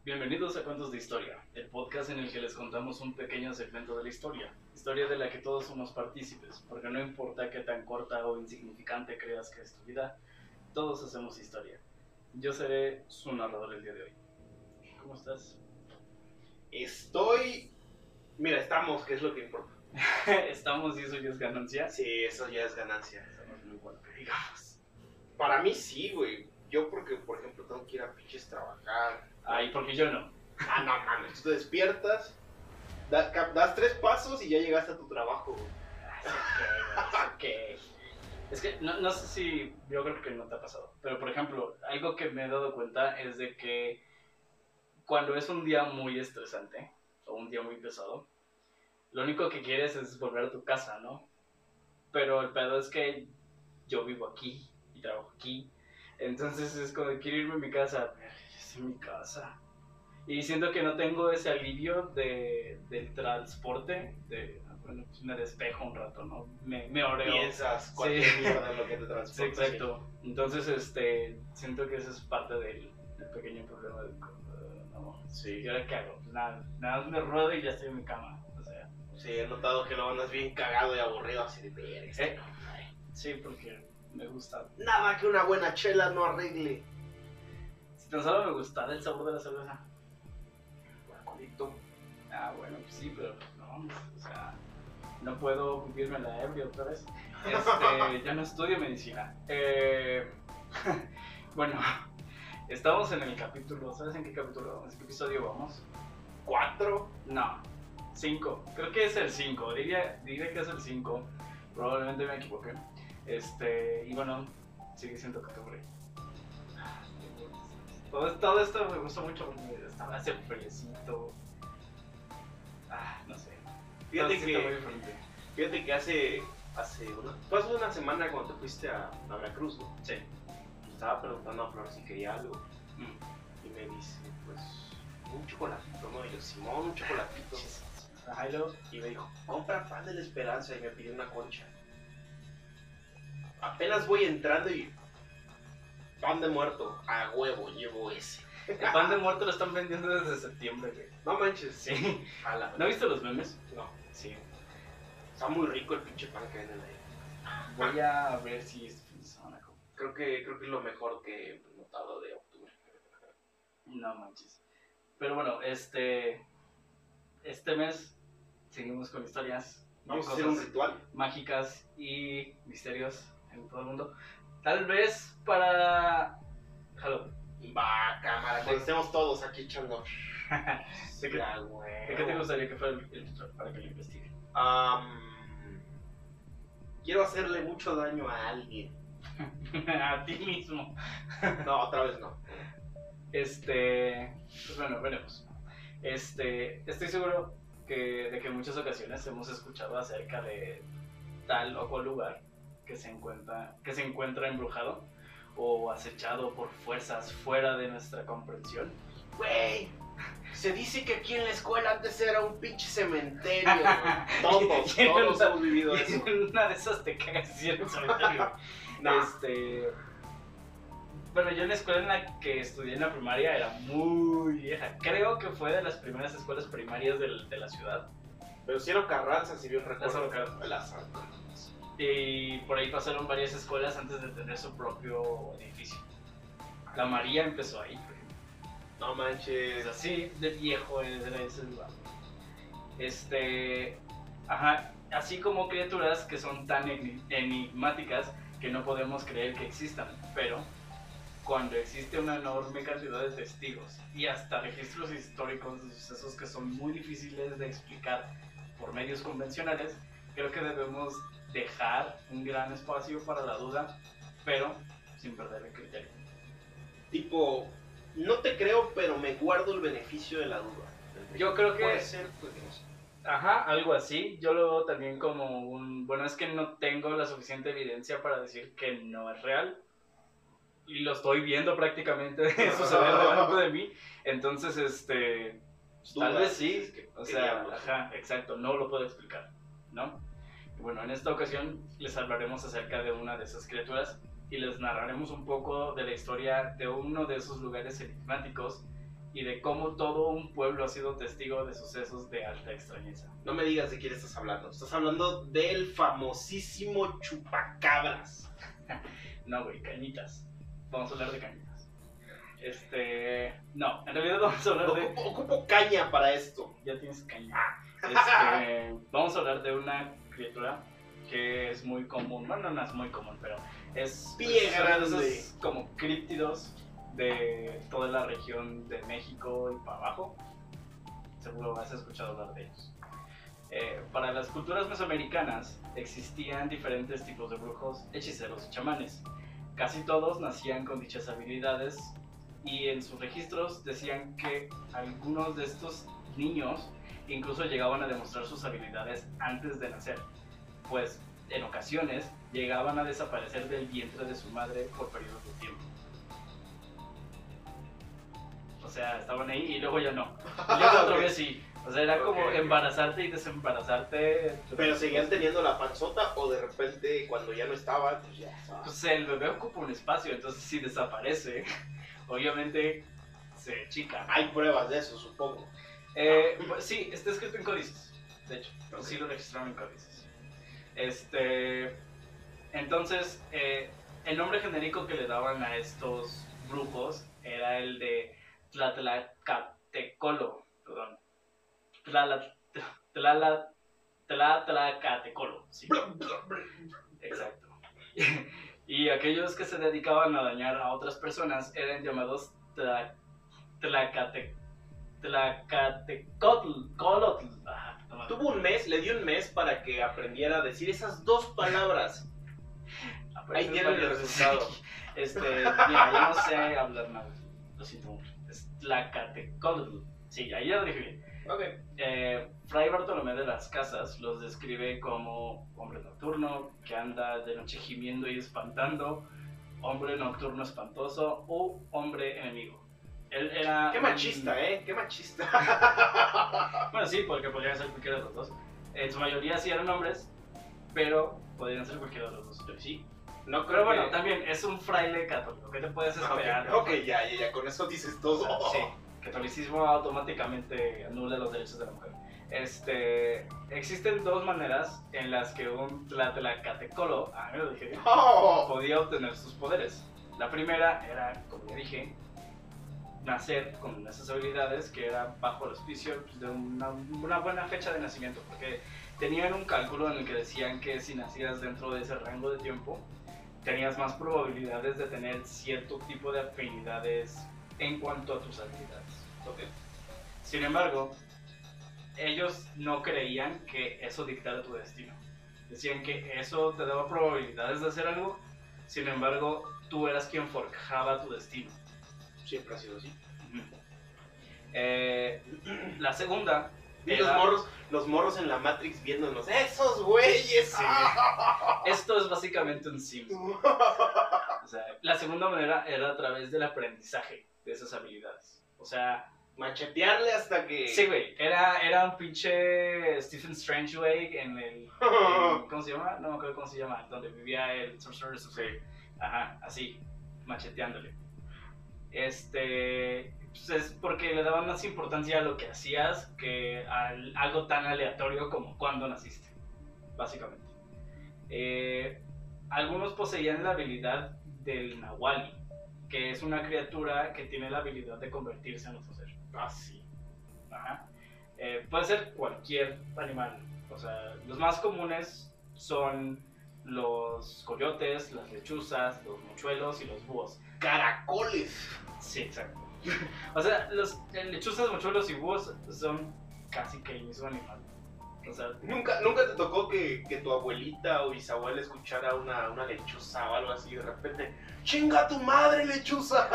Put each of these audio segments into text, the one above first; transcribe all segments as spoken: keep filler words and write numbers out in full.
Bienvenidos a Cuentos de Historia, el podcast en el que les contamos un pequeño segmento de la historia, historia de la que todos somos partícipes, porque no importa qué tan corta o insignificante creas que es tu vida, todos hacemos historia. Yo seré su narrador el día de hoy. ¿Cómo estás? Estoy... Mira, estamos, que es lo que importa. Estamos y eso ya es ganancia. Sí, eso ya es ganancia. Eso no es muy bueno que digamos. Para mí sí, güey. Yo porque, por ejemplo, tengo que ir a pinches trabajar. Ay, porque yo no. Ah, no mames, tú te despiertas, da, das tres pasos y ya llegaste a tu trabajo, güey. Ok. Es que no, no sé si, yo creo que no te ha pasado, pero por ejemplo, algo que me he dado cuenta es de que cuando es un día muy estresante o un día muy pesado, lo único que quieres es volver a tu casa, ¿no? Pero el pedo es que yo vivo aquí y trabajo aquí, entonces es como quiero irme a mi casa, pero ya estoy en mi casa. Y siento que no tengo ese alivio de, del transporte, de, bueno, pues me despejo un rato, ¿no? Me, me oreo. Piensas cualquier Sí. mierda en lo que te transporta. Sí, exacto. Entonces, este, siento que ese es parte del, del pequeño problema de, uh, no, Sí. ¿y ahora qué hago? Pues nada, nada más me ruedo y ya estoy en mi cama, o sea. Sí, he notado que lo andas bien cagado y aburrido así de ver este ¿Eh? hombre. Sí, porque me gusta. Nada que una buena chela no arregle. Si tan solo me gustara el sabor de la cerveza. Alcoholito. Ah, bueno, pues sí, pero no, o sea, no puedo vivirme la ebrio otra vez. Este, ya no estudio medicina. Eh, bueno, estamos en el capítulo, ¿sabes en qué capítulo? ¿En qué episodio vamos? ¿Cuatro? No, cinco. Creo que es el cinco. Diría, diría que es el cinco. Probablemente me equivoqué. Este, y bueno, sigue siendo categoría. Todo, todo esto me gustó mucho porque estaba hace friecito. Ah, no sé. Fíjate Todo sí está muy que, diferente. fíjate que hace, hace una, fue hace una semana cuando te fuiste a, a Veracruz, ¿no? Sí. Estaba preguntando a Flor si quería algo Mm. y me dice, pues, un chocolatito, ¿no? Y yo, Simón, un chocolatito. Ajá, y luego, Y me dijo, compra pan de la esperanza y me pidió una concha. Apenas voy entrando y pan de muerto, a huevo, llevo ese. el pan de muerto lo están vendiendo desde septiembre, güey. No manches. Sí. Jala. ¿No viste los memes? No, Sí. está muy rico el pinche pan que venden ahí. Voy a ver si es fin de semana. Creo que, creo que es lo mejor que he notado de octubre. No manches. Pero bueno, este. Este mes seguimos con historias. de Vamos a cosas hacer un ritual. mágicas y misterios en todo el mundo. Tal vez para Halloween. Va, cámara, cuando estemos todos aquí echando. ¿De qué, Ya, ¿De güey. qué te gustaría que fuera el, el ritual para que lo investigue? Am, quiero hacerle mucho daño a alguien. A ti mismo. No, otra vez no. Este. Pues bueno, veremos. Este. Estoy seguro que, de que en muchas ocasiones hemos escuchado acerca de tal o cual lugar que se encuentra, que se encuentra embrujado o acechado por fuerzas fuera de nuestra comprensión. Güey, se dice que aquí en la escuela antes era un pinche cementerio, güey. Todos, Y en todos una- hemos vivido Y eso. en una de esas te cagas y en el cementerio. No. Este. Bueno, yo en la escuela en la que estudié en la primaria era muy vieja. Creo que fue de las primeras escuelas primarias del- de la ciudad. Pero Cielo Carranza, si bien recuerdo. Lázaro Cárdenas. Lázaro Cárdenas. Y por ahí pasaron varias escuelas antes de tener su propio edificio. La María empezó ahí, por ejemplo. No manches. Es así de viejo era ese lugar. Este. Ajá. Así como criaturas que son tan eni- enigmáticas que no podemos creer que existan. Pero cuando existe una enorme cantidad de testigos y hasta registros históricos de sucesos que son muy difíciles de explicar por medios convencionales, creo que debemos dejar un gran espacio para la duda, pero sin perder el criterio. Tipo, no te creo, pero me guardo el beneficio de la duda. Yo creo que- Puede ser, pues no sé. Ajá, algo así. Yo lo veo también como un... Bueno, es que no tengo la suficiente evidencia para decir que no es real. Y lo estoy viendo prácticamente suceder delante de mí. Entonces, este... Tal Dudas, vez sí. dices que, O ¿qué sea, diablos? ajá, exacto. No lo puedo explicar, ¿no? Y bueno, en esta ocasión les hablaremos acerca de una de esas criaturas y les narraremos un poco de la historia de uno de esos lugares enigmáticos y de cómo todo un pueblo ha sido testigo de sucesos de alta extrañeza. No me digas de quién estás hablando. Estás hablando del famosísimo chupacabras. No, güey, cañitas. Vamos a hablar de cañitas. Este... No, en realidad vamos a hablar de... Ocupo, ocupo caña para esto. Ya tienes caña. Este, vamos a hablar de una criatura que es muy común. Bueno, no es muy común, pero es... Pie son grande. esos como críptidos de toda la región de México y para abajo. Seguro has escuchado hablar de ellos. Eh, para las culturas mesoamericanas existían diferentes tipos de brujos, hechiceros y chamanes. Casi todos nacían con dichas habilidades y en sus registros decían que algunos de estos niños incluso llegaban a demostrar sus habilidades antes de nacer, pues en ocasiones llegaban a desaparecer del vientre de su madre por periodos de tiempo. O sea, estaban ahí y luego ya no. Y luego otra vez sí. O sea, era como Ok, ok. embarazarte y desembarazarte. Pero seguían teniendo la panzota o de repente cuando ya no estaban, pues ya estaba. Pues el bebé ocupa un espacio, entonces si desaparece, obviamente se chica. Hay pruebas de eso, supongo. Eh, pues, sí, está escrito en códices, de hecho. Ok. Sí lo registraron en códices. Este, entonces, eh, el nombre genérico que le daban a estos brujos era el de Tlatlacatecolo, perdón. Tlala, tlala, Tlatlacatecolo, sí. Exacto. Y aquellos que se dedicaban a dañar a otras personas eran llamados tla, tlacate, Tlacatecotl, colotl. Ah, puta madre. Tuvo un mes, le di un mes para que aprendiera a decir esas dos palabras. Aparece Ahí tienen el varios- resultado. Este, mira, yo no sé hablar nada. Lo siento mucho. Es Tlacatecotl. Sí, ahí ya lo dije bien. Ok. Eh, Fray Bartolomé de las Casas los describe como hombre nocturno que anda de noche gimiendo y espantando, hombre nocturno espantoso o hombre enemigo. Él era Qué un- machista, ¿eh? Qué machista. Bueno, sí, porque podrían ser cualquiera de los dos. En su mayoría sí eran hombres, pero podrían ser cualquiera de los dos. Pero sí. No Pero creo bueno, que... también es un fraile católico. ¿Qué te puedes Ah, ok, esperar? ok, ya, ya, ya, con eso dices todo. O sea, sí, catolicismo automáticamente anula los derechos de la mujer. Este, existen dos maneras en las que un tlatlacatecolo, ah, me lo dije bien, Oh. podía obtener sus poderes. La primera era, como ya dije, nacer con esas habilidades que era bajo el auspicio de una, una buena fecha de nacimiento, porque tenían un cálculo en el que decían que si nacías dentro de ese rango de tiempo, tenías más probabilidades de tener cierto tipo de afinidades en cuanto a tus habilidades. Ok. Sin embargo, ellos no creían que eso dictara tu destino. Decían que eso te daba probabilidades de hacer algo, sin embargo, tú eras quien forjaba tu destino. Siempre ha sido así. Ujú. Eh, la segunda Y los era- morros, los morros en la Matrix viéndonos. ¡Esos güeyes! Sí. Esto es básicamente un Sims. O sea, la segunda manera era a través del aprendizaje de esas habilidades. O sea, Machetearle hasta que... sí, güey, era, era un pinche Stephen Strange, güey, en el... en- ¿Cómo se llama? No me acuerdo cómo se llama, donde vivía el Sorcerer Supreme. Ajá, así, macheteándole. Este... Pues es porque le daban más importancia a lo que hacías que a algo tan aleatorio como cuándo naciste, básicamente. Eh, algunos poseían la habilidad del Nahuali, que es una criatura que tiene la habilidad de convertirse en otro ser. Ah, sí. Ajá. Eh, puede ser cualquier animal. O sea, los más comunes son los coyotes, las lechuzas, los mochuelos y los búhos. Caracoles. Sí, exacto. O sea, los eh, lechuzas, mochuelos y búhos son casi que el mismo animal. O sea, ¿Nunca, nunca te tocó que, que tu abuelita o bisabuela escuchara una, una lechuza o algo así y de repente ¡chinga tu madre, lechuza!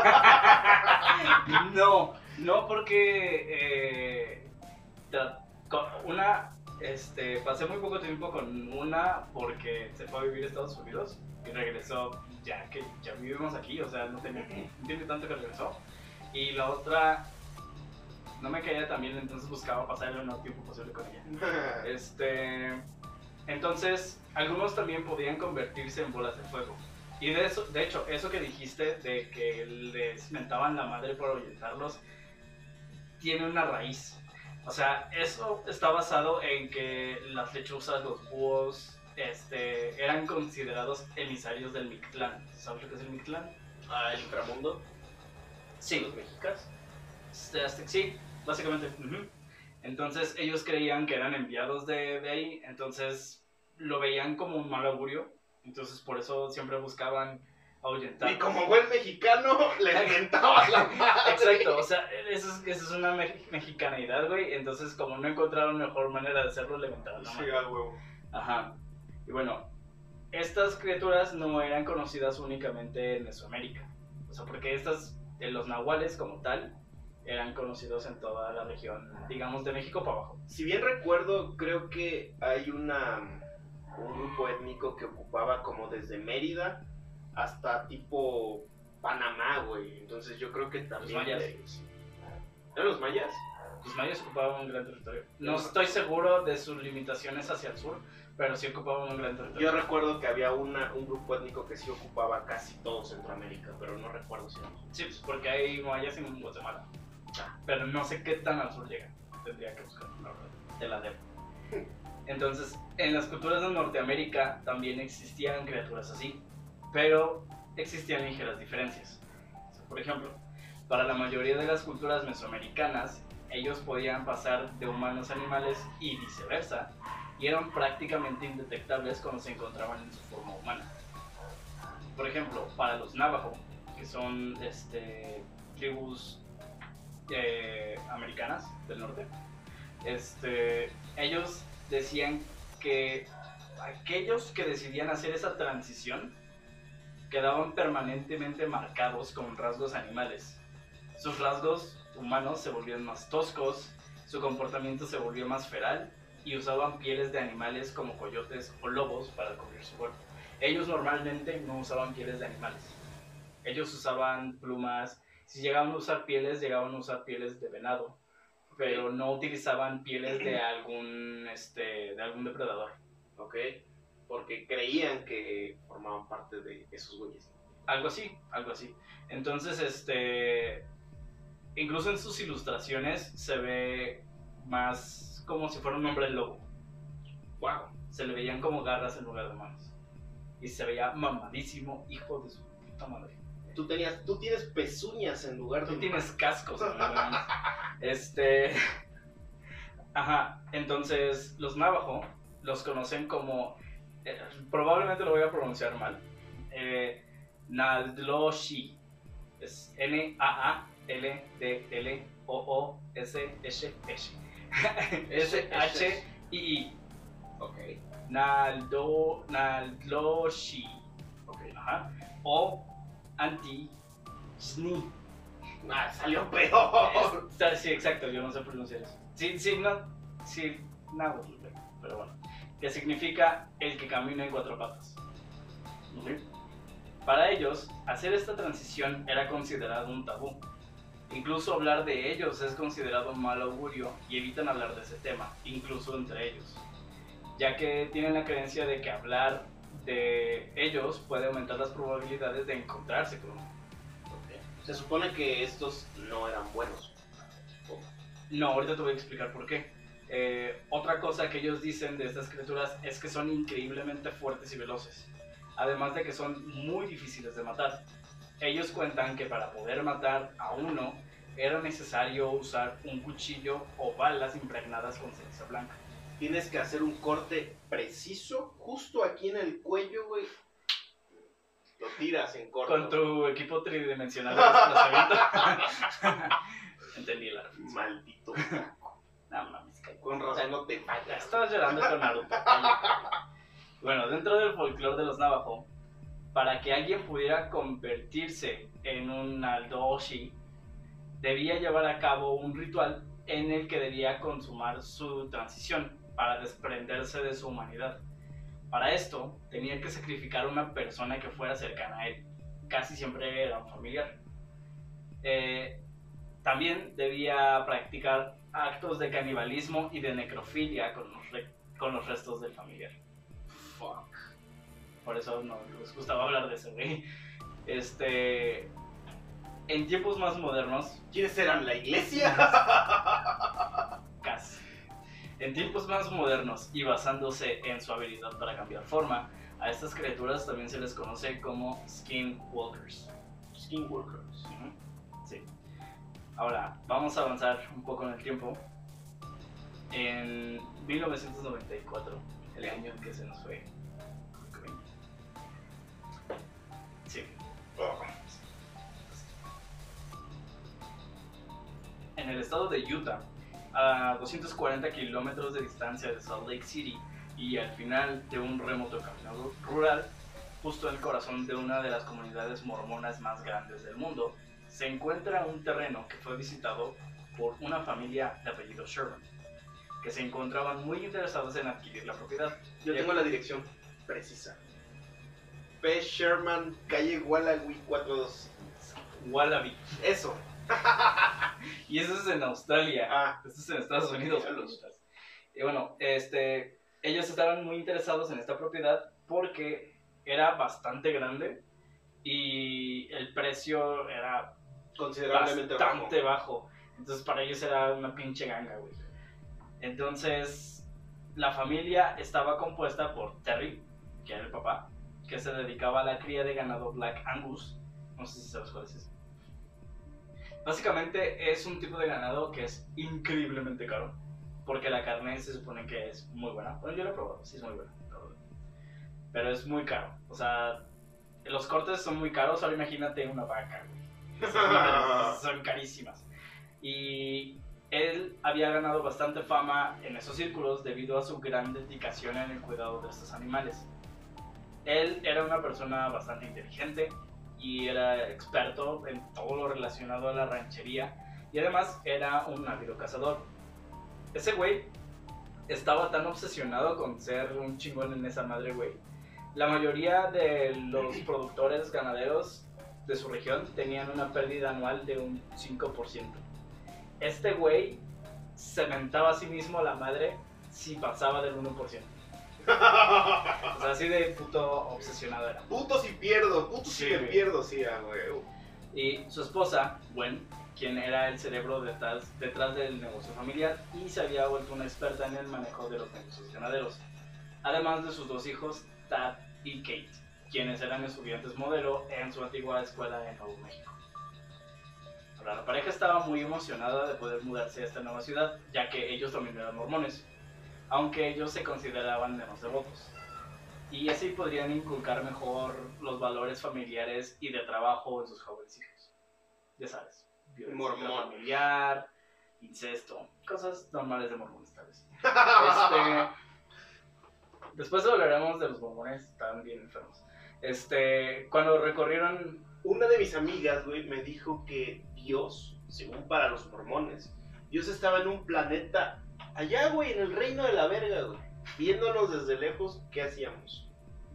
no, no porque eh, tra- con una, este, pasé muy poco tiempo con una porque se fue a vivir a Estados Unidos y regresó ya que ya vivimos aquí, o sea, no tenía, no tiene tanto que regresó. Y la otra no me caía tan bien, entonces buscaba pasar el menor tiempo posible con ella. Este, entonces, algunos también podían convertirse en bolas de fuego. Y de eso, de hecho, eso que dijiste de que les mentaban la madre por ahuyentarlos, tiene una raíz. O sea, eso está basado en que las lechuzas, los búhos, este, eran considerados emisarios del Mictlán. ¿Sabes lo que es el Mictlán? Ah, el inframundo. Sí. Los mexicas. Este, sí, básicamente. Uh-huh. Entonces ellos creían que eran enviados de, de ahí, entonces lo veían como un mal augurio. Entonces por eso siempre buscaban ahuyentar. Y como buen mexicano, le mentaba la madre. Exacto, o sea, eso es, eso es una me mexicanidad, güey. Entonces, como no encontraron mejor manera de hacerlo, le mentaban la madre. Sí, al huevo. Ajá. Y bueno, estas criaturas no eran conocidas únicamente en Mesoamérica. O sea, porque estas, eh, los nahuales como tal, eran conocidos en toda la región, digamos, de México para abajo. Si bien recuerdo, creo que hay una un grupo étnico que ocupaba como desde Mérida hasta tipo Panamá, güey. Entonces yo creo que también... Los mayas. ¿Eran los mayas? Los mayas ocupaban un gran territorio. No estoy seguro de sus limitaciones hacia el sur, pero sí ocupaban un gran territorio. Yo recuerdo que había una, un grupo étnico que sí ocupaba casi todo Centroamérica, pero no recuerdo si era los... Sí, pues porque hay mayas en Guatemala. Pero no sé qué tan al sur llega. Tendría que buscar, la verdad. Te la debo. Entonces, en las culturas de Norteamérica también existían criaturas así, pero existían ligeras diferencias. Por ejemplo, para la mayoría de las culturas mesoamericanas, ellos podían pasar de humanos a animales y viceversa, y eran prácticamente indetectables cuando se encontraban en su forma humana. Por ejemplo, para los Navajo, que son este, tribus eh, americanas del norte, este, ellos decían que aquellos que decidían hacer esa transición quedaban permanentemente marcados con rasgos animales. Sus rasgos humanos se volvían más toscos, su comportamiento se volvió más feral y usaban pieles de animales como coyotes o lobos para cubrir su cuerpo. Ellos normalmente no usaban pieles de animales. Ellos usaban plumas. Si llegaban a usar pieles, llegaban a usar pieles de venado, pero no utilizaban pieles de algún, este, de algún depredador. Ok, porque creían que formaban parte de esos güeyes. Algo así, algo así. Entonces, este, incluso en sus ilustraciones se ve más como si fuera un hombre lobo. Wow. Se le veían como garras en lugar de manos. Y se veía mamadísimo, hijo de su puta madre. Tú, tenías, tú tienes pezuñas en lugar de... Tú tienes cascos. ¿No? Este... Ajá, entonces los Navajo los conocen como... Eh, probablemente lo voy a pronunciar mal. Eh, Naldloshi. Es N A A L D L O O S S S. S H I I. Ok. Naldo... Naldloshi. Ok. Ajá. O Anti-Sni. Ah, salió peor. Es, sí, exacto, yo no sé pronunciar eso. Sí, sí, no, sí, nada, pero bueno. Que significa el que camina en cuatro patas. ¿Sí? Para ellos, hacer esta transición era considerado un tabú. Incluso hablar de ellos es considerado un mal augurio y evitan hablar de ese tema, incluso entre ellos. Ya que tienen la creencia de que hablar de ellos puede aumentar las probabilidades de encontrarse con uno. Okay. Se supone que estos no eran buenos. Oh. No, ahorita te voy a explicar por qué. Eh, otra cosa que ellos dicen de estas criaturas es que son increíblemente fuertes y veloces, además de que son muy difíciles de matar. Ellos cuentan que para poder matar a uno era necesario usar un cuchillo o balas impregnadas con ceniza blanca. Tienes que hacer un corte preciso, justo aquí en el cuello, güey. Lo tiras en corto. Con tu equipo tridimensional de desplazamiento. Entendí la referencia. Maldito. No mames, que... Con razón no te fallas. Estabas llorando con Naruto. Bueno, dentro del folclore de los Navajo, para que alguien pudiera convertirse en un Naldoshi, debía llevar a cabo un ritual en el que debía consumar su transición para desprenderse de su humanidad. Para esto, tenía que sacrificar a una persona que fuera cercana a él. Casi siempre era un familiar. Eh, también debía practicar actos de canibalismo y de necrofilia con los, re con los restos del familiar. Fuck. Por eso no les gustaba hablar de eso, güey. Este... En tiempos más modernos, ¿Quiénes eran? ¿La iglesia? casi. En tiempos más modernos y basándose en su habilidad para cambiar forma, a estas criaturas también se les conoce como Skinwalkers. Skinwalkers. Ujú, sí. Ahora, vamos a avanzar un poco en el tiempo. En mil novecientos noventa y cuatro, el año en que se nos fue. Sí. En el estado de Utah, a doscientos cuarenta kilómetros de distancia de Salt Lake City y al final de un remoto camino rural, justo en el corazón de una de las comunidades mormonas más grandes del mundo, se encuentra un terreno que fue visitado por una familia de apellido Sherman, que se encontraban muy interesados en adquirir la propiedad. Yo tengo la dirección precisa. P. Sherman, calle Wallaby cuatro dos. Wallaby. Eso. Y eso es en Australia. Ah. Esto es en Estados Unidos. Y bueno, este, ellos estaban muy interesados en esta propiedad porque era bastante grande y el precio era considerablemente bastante bajo. bajo. Entonces para ellos era una pinche ganga, güey. Entonces la familia estaba compuesta por Terry, que era el papá, que se dedicaba a la cría de ganado Black Angus. No sé si sabes cuál es ese. Básicamente es un tipo de ganado que es increíblemente caro, porque la carne se supone que es muy buena. Bueno, yo lo he probado, sí es muy buena, pero es muy caro. O sea, los cortes son muy caros, ahora imagínate una vaca, güey. Son carísimas. Y él había ganado bastante fama en esos círculos debido a su gran dedicación en el cuidado de estos animales. Él era una persona bastante inteligente y era experto en todo lo relacionado a la ranchería y además era un ávido cazador. Ese güey estaba tan obsesionado con ser un chingón en esa madre, güey. La mayoría de los productores ganaderos de su región tenían una pérdida anual de un cinco por ciento. Este güey se mentaba a sí mismo a la madre si pasaba del uno por ciento. O sea, así de puto obsesionado era. Puto si pierdo, puto si Sí, me güey. pierdo, sí, ah, güey. Y su esposa, Gwen, quien era el cerebro detrás, detrás del negocio familiar y se había vuelto una experta en el manejo de los negocios ganaderos. Además de sus dos hijos, Tad y Kate, quienes eran estudiantes modelo en su antigua escuela en Nuevo México. Ahora, la pareja estaba muy emocionada de poder mudarse a esta nueva ciudad, ya que ellos también eran mormones, aunque ellos se consideraban menos devotos. Y así podrían inculcar mejor los valores familiares y de trabajo en sus jóvenes hijos. Ya sabes, violencia Mormón. familiar, incesto, cosas normales de mormones tal vez. Este, después hablaremos de los mormones, están bien enfermos. Este, cuando recorrieron... Una de mis amigas, güey, me dijo que Dios, según para los mormones, Dios estaba en un planeta allá, güey, en el reino de la verga, güey, viéndonos desde lejos, ¿qué hacíamos?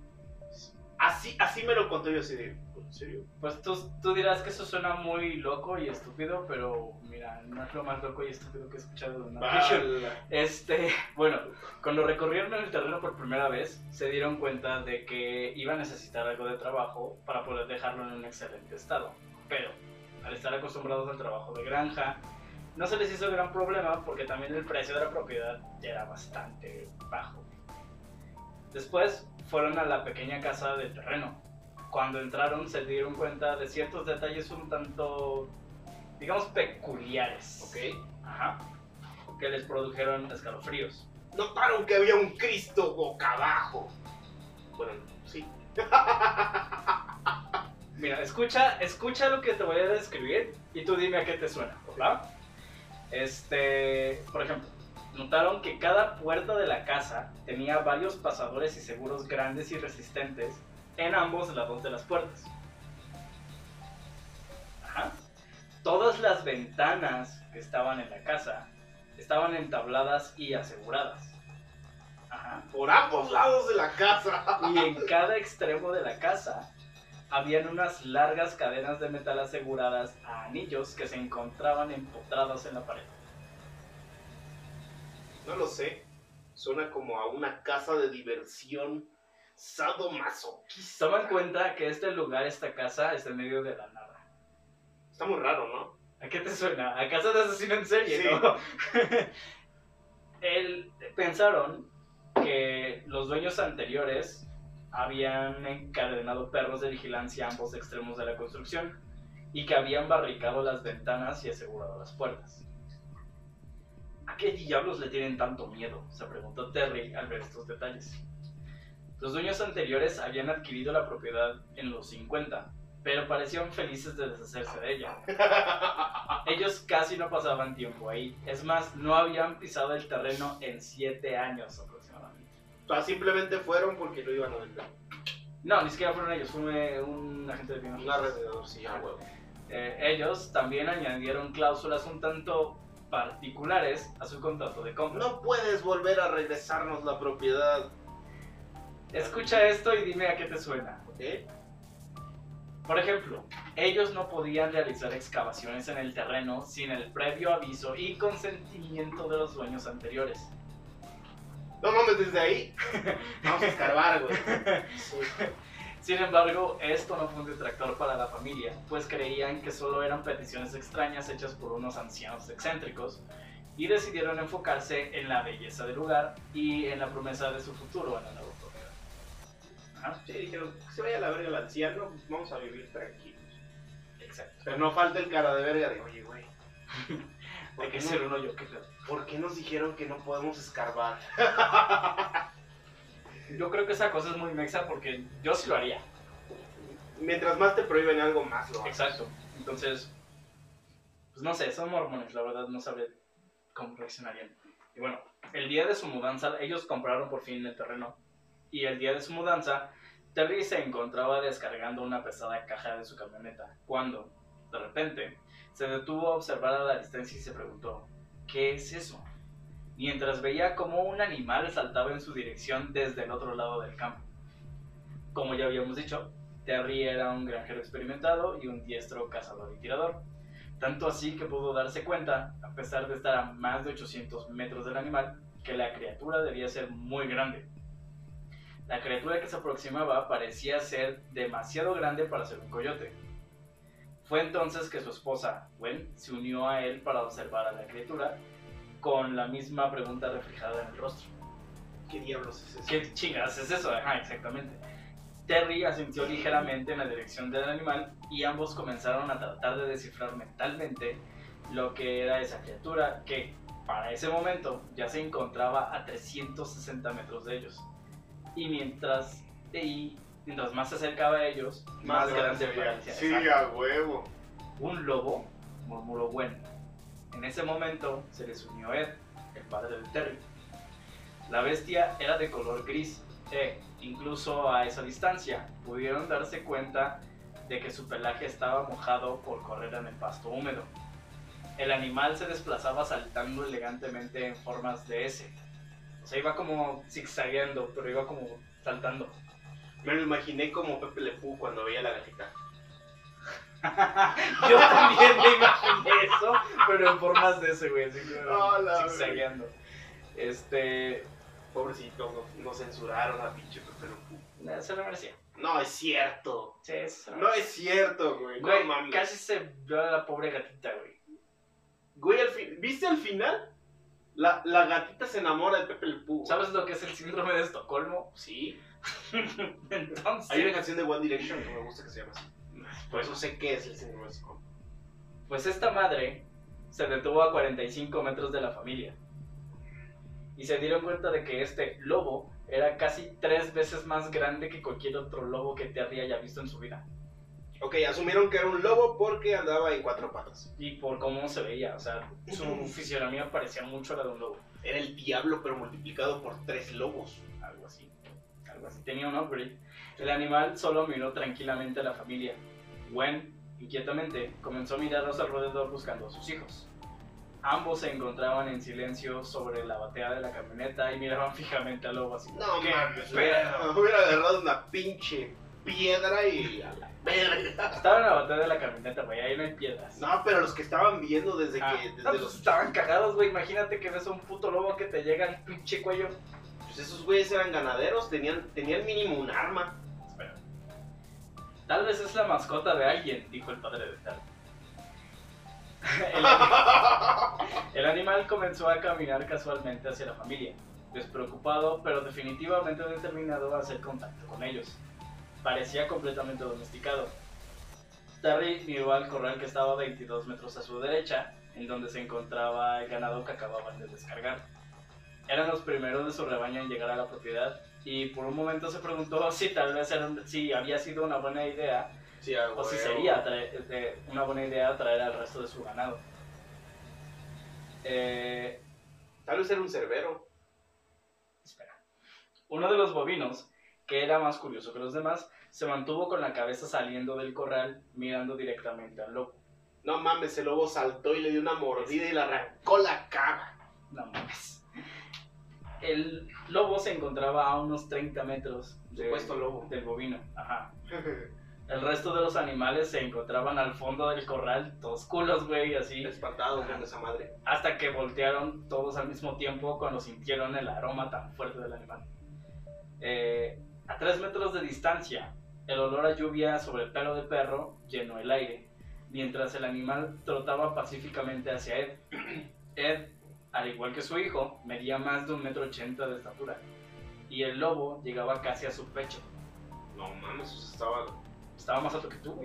Así, así me lo contó yo, así de, ¿en serio? Pues tú, tú dirás que eso suena muy loco y estúpido, pero mira, no es lo más loco y estúpido que he escuchado de una religión. Este, bueno, cuando recorrieron el terreno por primera vez, se dieron cuenta de que iba a necesitar algo de trabajo para poder dejarlo en un excelente estado. Pero, al estar acostumbrados al trabajo de granja, no se les hizo gran problema porque también el precio de la propiedad era bastante bajo. Después fueron a la pequeña casa del terreno. Cuando entraron se dieron cuenta de ciertos detalles un tanto, digamos, peculiares. Ok. Ajá. Que les produjeron escalofríos. Notaron que había un Cristo boca abajo. Bueno, sí. Mira, escucha, escucha lo que te voy a describir y tú dime a qué te suena, ¿verdad? Este, por ejemplo, notaron que cada puerta de la casa tenía varios pasadores y seguros grandes y resistentes en ambos lados de las puertas. Ajá. Todas las ventanas que estaban en la casa estaban entabladas y aseguradas. Ajá. Por ambos lados de la casa. Y en cada extremo de la casa habían unas largas cadenas de metal aseguradas a anillos que se encontraban empotrados en la pared. No lo sé. Suena como a una casa de diversión sadomasoquista. Toma en cuenta que este lugar, esta casa, está en medio de la nada. Está muy raro, ¿no? ¿A qué te suena? ¿A casa de asesino en serie, Sí. no? Él, pensaron que los dueños anteriores habían encadenado perros de vigilancia a ambos extremos de la construcción y que habían barricado las ventanas y asegurado las puertas. ¿A qué diablos le tienen tanto miedo?, se preguntó Terry al ver estos detalles. Los dueños anteriores habían adquirido la propiedad en los cincuenta, pero parecían felices de deshacerse de ella. Ellos casi no pasaban tiempo ahí, es más, no habían pisado el terreno en siete años aproximadamente. O sea, simplemente fueron porque lo iban a vender. No, ni siquiera fueron ellos, fue un agente de bienes Un alrededor, sí, a huevo. Eh, ellos también añadieron cláusulas un tanto particulares a su contrato de compra. No puedes volver a regresarnos la propiedad. Escucha esto y dime a qué te suena. ¿Eh? Por ejemplo, ellos no podían realizar excavaciones en el terreno sin el previo aviso y consentimiento de los dueños anteriores. No mames, desde ahí. Vamos a escarbar, güey. Sí. Sin embargo, esto no fue un detractor para la familia, pues creían que solo eran peticiones extrañas hechas por unos ancianos excéntricos y decidieron enfocarse en la belleza del lugar y en la promesa de su futuro en la nueva propiedad. Ajá. Sí, dijeron, que se vaya a la verga el anciano, pues vamos a vivir tranquilos. Exacto. Pero no falta el cara de verga de, oye, güey. ¿por Hay que qué ser no- un hoyo, qué pedo. ¿Por qué nos dijeron que no podemos escarbar? Yo creo que esa cosa es muy mexa porque yo sí lo haría. Mientras más te prohíben algo, más lo haces. Exacto. Entonces, pues no sé, son mormones, la verdad no sabré cómo reaccionarían. Y bueno, el día de su mudanza, ellos compraron por fin el terreno. Y el día de su mudanza, Terry se encontraba descargando una pesada caja de su camioneta, cuando, de repente, se detuvo a observar a la distancia y se preguntó, ¿qué es eso?, mientras veía cómo un animal saltaba en su dirección desde el otro lado del campo. Como ya habíamos dicho, Terry era un granjero experimentado y un diestro cazador y tirador, tanto así que pudo darse cuenta, a pesar de estar a más de ochocientos metros del animal, que la criatura debía ser muy grande. La criatura que se aproximaba parecía ser demasiado grande para ser un coyote. Fue entonces que su esposa, Gwen, se unió a él para observar a la criatura, con la misma pregunta reflejada en el rostro. ¿Qué diablos es eso? ¿Qué chingas es eso? Ajá, exactamente. Terry asintió ligeramente en la dirección del animal y ambos comenzaron a tratar de descifrar mentalmente lo que era esa criatura que, para ese momento, ya se encontraba a trescientos sesenta metros de ellos. Y mientras, y mientras más se acercaba a ellos, más, Más grande grande parecía. Sí, Exacto. a huevo. Un lobo, murmuró Gwen. En ese momento se les unió Ed, el padre de Terry. La bestia era de color gris e, incluso a esa distancia, pudieron darse cuenta de que su pelaje estaba mojado por correr en el pasto húmedo. El animal se desplazaba saltando elegantemente en formas de S. O sea, iba como zigzagueando, pero iba como saltando. Me lo imaginé como Pepe Le Pew cuando veía la gatita. Yo también me imaginé eso, pero en formas de ese, güey, así como Ah, la zigzagueando. Este. Pobrecito, no, no censuraron a pinche Pepe Le Pew. eh, Se lo merecía. No, es cierto. Sí, se lo No merecía. es cierto, güey. Güey, No mames. casi se vio a la pobre gatita, güey. Güey, al fin... ¿viste al final? La, la gatita se enamora de Pepe Le Pew. güey. ¿Sabes lo que es el síndrome de Estocolmo? Sí. Entonces. Hay una canción de One Direction que me gusta que se llama así. Por Pues, eso sé qué es el síndrome de Estocolmo. pues esta madre se detuvo a cuarenta y cinco metros de la familia. Y se dieron cuenta de que este lobo era casi tres veces más grande que cualquier otro lobo que Terry haya visto en su vida. Ok, asumieron que era un lobo porque andaba en cuatro patas. Y por cómo se veía, o sea, su fisionomía parecía mucho a la de un lobo. Era el diablo, pero multiplicado por tres lobos. Algo así, algo así. Tenía un upgrade. El animal solo miró tranquilamente a la familia. Gwen, inquietamente, comenzó a mirar a los alrededor buscando a sus hijos. Ambos se encontraban en silencio sobre la batea de la camioneta y miraban fijamente al lobo así. No ¿Qué mames, pedo? hubiera, hubiera agarrado una pinche piedra y a la verga. Estaba en la batea de la camioneta, güey, ahí no hay piedras. No, pero los que estaban viendo desde Ah, que. Desde no, pues los, estaban cagados, güey. Imagínate que ves a un puto lobo que te llega al pinche cuello. pues esos güeyes eran ganaderos, tenían, tenían mínimo un arma. Espera. Tal vez es la mascota de alguien, dijo el padre de Terry. El, anim- el animal comenzó a caminar casualmente hacia la familia, despreocupado pero definitivamente determinado a hacer contacto con ellos. Parecía completamente domesticado. Terry miró al corral que estaba a veintidós metros a su derecha, en donde se encontraba el ganado que acababan de descargar. Eran los primeros de su rebaño en llegar a la propiedad y por un momento se preguntó si tal vez era un- si había sido una buena idea Sí, ah, o si güey. sería traer- de- una buena idea traer al resto de su ganado. Eh, Tal vez era un cerbero. espera. Uno de los bovinos, que era más curioso que los demás, se mantuvo con la cabeza saliendo del corral mirando directamente al lobo. No mames, el lobo saltó y le dio una mordida y le arrancó la cara. No mames. El lobo se encontraba a unos treinta metros de- Supuesto lobo. del bovino. Ajá. El resto de los animales se encontraban al fondo del corral, todos culos, güey, así. Espantado con esa madre. Hasta que voltearon todos al mismo tiempo cuando sintieron el aroma tan fuerte del animal. Eh, a tres metros de distancia, el olor a lluvia sobre el pelo de perro llenó el aire, mientras el animal trotaba pacíficamente hacia Ed. Ed, al igual que su hijo, medía más de un metro ochenta de estatura, y el lobo llegaba casi a su pecho. No mames, eso estaba Estaba más alto que tú, güey.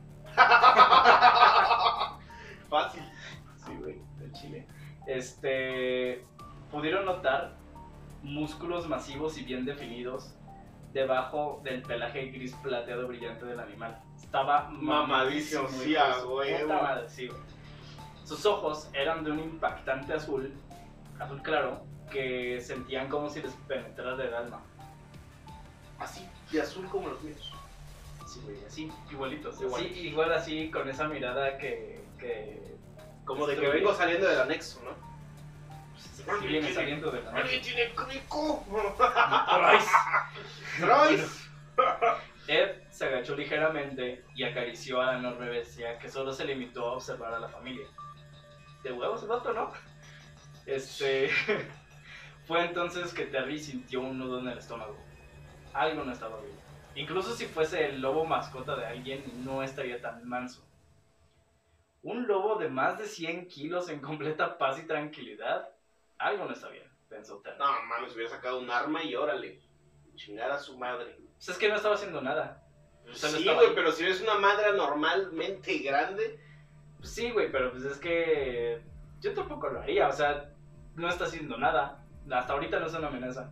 fácil. Sí, güey, del Chile. Este. Pudieron notar músculos masivos y bien definidos debajo del pelaje gris plateado brillante del animal. Estaba Mamadísimo, mamadísimo, sí, hijo de a su huevo. puta madre, sí, güey. Sus ojos eran de un impactante azul, azul claro, que sentían como si les penetrara el alma. Así, de azul como los míos. Sí, güey, así, igualitos. Igual. Así, igual así, con esa mirada que. que Como de que Estoy- vengo saliendo del anexo, ¿no? pues, sí viene saliendo de la ¡Alguien tiene crico! Bryce. ¡Bryce! Ed se agachó ligeramente y acarició a la enorme bestia que solo se limitó a observar a la familia. De huevos el vato, ¿no? Este. Fue entonces que Terry sintió un nudo en el estómago. Algo no estaba bien. Incluso si fuese el lobo mascota de alguien, no estaría tan manso. Un lobo de más de cien kilos en completa paz y tranquilidad. Algo no está bien, pensó Terry. No mames, hubiera sacado un arma y órale. Chingar a su madre. Pues es que no estaba haciendo nada. Solo Sí, estaba güey, ahí. pero si eres una madre normalmente grande. Pues sí, güey, pero pues es que yo tampoco lo haría, o sea, no está haciendo nada. Hasta ahorita no es una amenaza.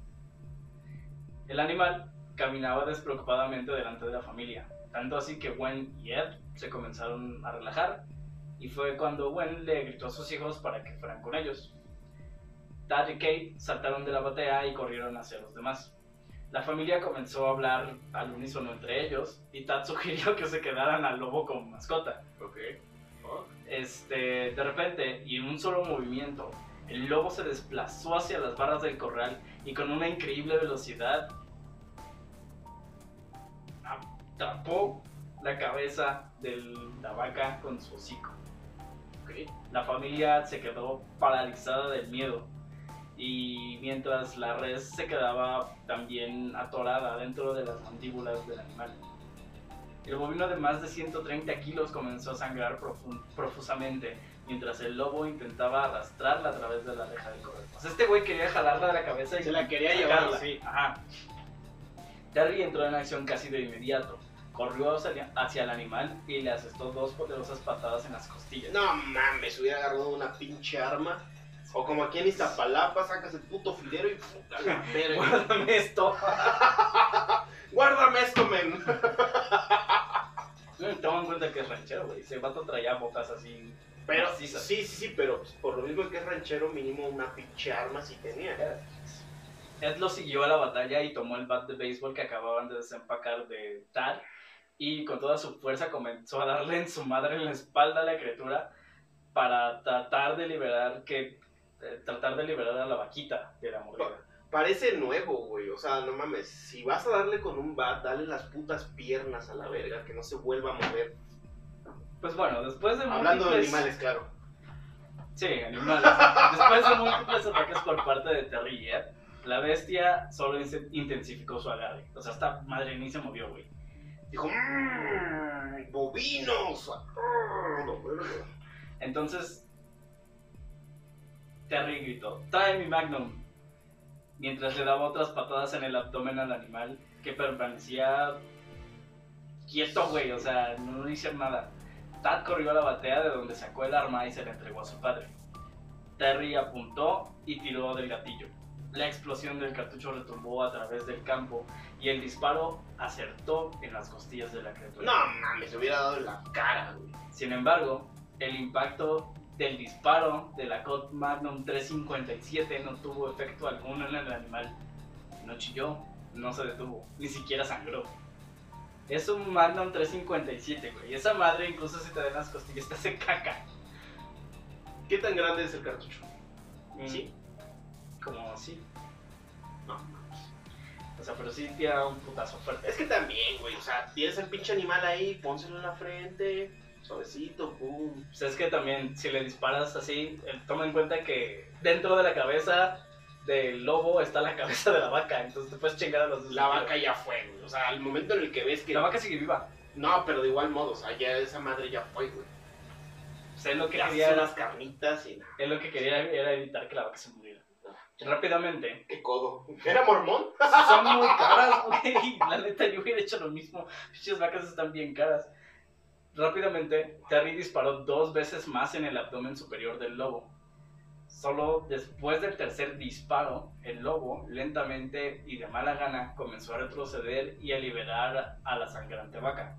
El animal caminaba despreocupadamente delante de la familia, tanto así que Gwen y Ed se comenzaron a relajar, y fue cuando Gwen le gritó a sus hijos para que fueran con ellos. Tad y Kate saltaron de la batea y corrieron hacia los demás. La familia comenzó a hablar al unísono entre ellos, y Tad sugirió que se quedaran al lobo como mascota. Ok. Este, de repente, y en un solo movimiento, el lobo se desplazó hacia las barras del corral y con una increíble velocidad atrapó la cabeza de la vaca con su hocico. Ok. La familia se quedó paralizada del miedo y mientras la res se quedaba también atorada dentro de las mandíbulas del animal. El bovino de más de ciento treinta kilos comenzó a sangrar profun- profusamente mientras el lobo intentaba arrastrarla a través de la reja del corral. O sea, este güey quería jalarla de la cabeza y Se la quería sacarla. llevar, sí. Ajá. Terry entró en acción casi de inmediato. Corrió hacia, hacia el animal y le asestó dos poderosas patadas en las costillas. No mames, hubiera agarrado una pinche arma. O como aquí en Iztapalapa, sacas el puto filero y puta la verga. Guárdame esto. Guárdame esto, men. Mm, Toma en cuenta que es ranchero, güey. Ese vato traía botas así. Pero, sí, macizas. sí, sí, pero pues, por lo mismo que es ranchero, mínimo una pinche arma sí tenía. Ed lo siguió a la batalla y tomó el bat de béisbol que acababan de desempacar de Tad y con toda su fuerza comenzó a darle en su madre en la espalda a la criatura para tratar de liberar que eh, tratar de liberar a la vaquita de la mordida. Parece nuevo, güey. O sea, no mames. Si vas a darle con un bat, dale las putas piernas a la verga, que no se vuelva a mover. Pues bueno, después de Hablando de múltiples- animales, claro. Sí, animales. Después de múltiples ataques por parte de Terry y Ed, la bestia solo in- intensificó su agarre. O sea, esta madre ni se movió, güey. Dijo, mmm, bovinos. Ah, la verga. Entonces, Terry gritó, ¡trae mi Magnum! Mientras le daba otras patadas en el abdomen al animal, que permanecía quieto, güey, o sea, no hicieron nada. Tad corrió a la batea de donde sacó el arma y se la entregó a su padre. Terry apuntó y tiró del gatillo. La explosión del cartucho retumbó a través del campo y el disparo acertó en las costillas de la criatura. No mames, se hubiera dado en la cara, güey. Sin embargo, el impacto del disparo de la Colt Magnum trescientos cincuenta y siete no tuvo efecto alguno en el animal. No chilló, no se detuvo, ni siquiera sangró. Es un Magnum trescientos cincuenta y siete, güey. Esa madre, incluso si te da en las costillas, te hace caca. ¿Qué tan grande es el cartucho? Mm, ¿Sí? Como así. No. O sea, pero sí tira un putazo fuerte. Es que también, güey, o sea, tienes el pinche animal ahí, pónselo en la frente, suavecito, pum. Pues es que también, si le disparas así, eh, toma en cuenta que dentro de la cabeza del lobo está la cabeza de la vaca, entonces te puedes chingar a los dos. La vaca ya fue, güey, o sea, al momento en el que ves que... La vaca sigue viva. No, pero de igual modo, o sea, ya esa madre ya fue, güey. O sea, es lo que Le quería, haces unas carnitas y nada. es lo que quería era evitar que la vaca se muriera. Rápidamente. ¿Qué codo? ¿Era mormón? Son muy caras, güey. La neta, yo hubiera hecho lo mismo. Muchas vacas están bien caras. Rápidamente, Terry disparó dos veces más en el abdomen superior del lobo. Solo después del tercer disparo, el lobo, lentamente y de mala gana, comenzó a retroceder y a liberar a la sangrante vaca.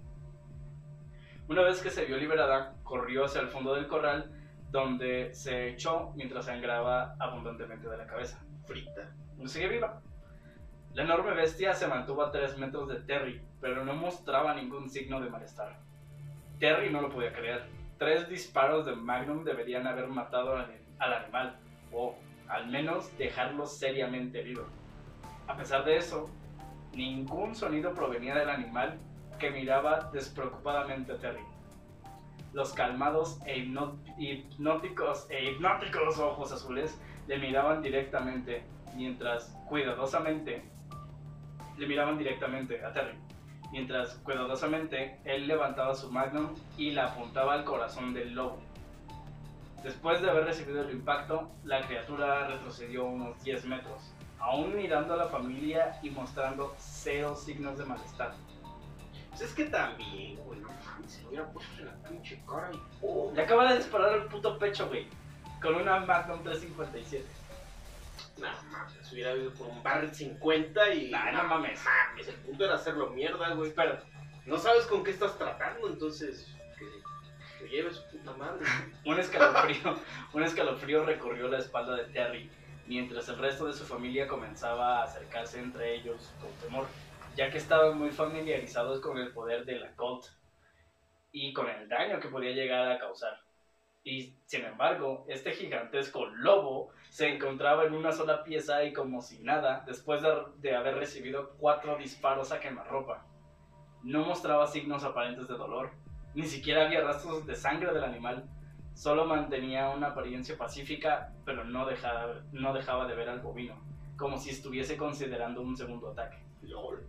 Una vez que se vio liberada, corrió hacia el fondo del corral, donde se echó mientras sangraba abundantemente de la cabeza. Frita. No sigue viva. La enorme bestia se mantuvo a tres metros de Terry, pero no mostraba ningún signo de malestar. Terry no lo podía creer. Tres disparos de Magnum deberían haber matado al, al animal, o al menos dejarlo seriamente herido. A pesar de eso, ningún sonido provenía del animal, que miraba despreocupadamente a Terry. Los calmados e hipnó- hipnóticos e hipnóticos ojos azules le miraban directamente, mientras cuidadosamente le miraban directamente a Terry, mientras cuidadosamente él levantaba su Magnum y la apuntaba al corazón del lobo. Después de haber recibido el impacto, la criatura retrocedió unos diez metros, aún mirando a la familia y mostrando cero signos de malestar. Pues es que también, güey, no mames, se lo hubiera puesto en la pinche cara y pum. Le acaba de disparar el puto pecho, güey, con una Magnum trescientos cincuenta y siete. No mames, se hubiera ido por un barril cincuenta y... Nah, no mames. mames, el punto era hacerlo mierda, güey. Espera, No sabes con qué estás tratando, entonces... Que, que lleve su puta madre. un escalofrío, un escalofrío recorrió la espalda de Terry, mientras el resto de su familia comenzaba a acercarse entre ellos con temor, ya que estaban muy familiarizados con el poder de la Colt y con el daño que podía llegar a causar. Y sin embargo, este gigantesco lobo se encontraba en una sola pieza y como si nada, después de, de haber recibido cuatro disparos a quemarropa. No mostraba signos aparentes de dolor, ni siquiera había rastros de sangre del animal, solo mantenía una apariencia pacífica, pero no dejaba, no dejaba de ver al bovino, como si estuviese considerando un segundo ataque. LOL.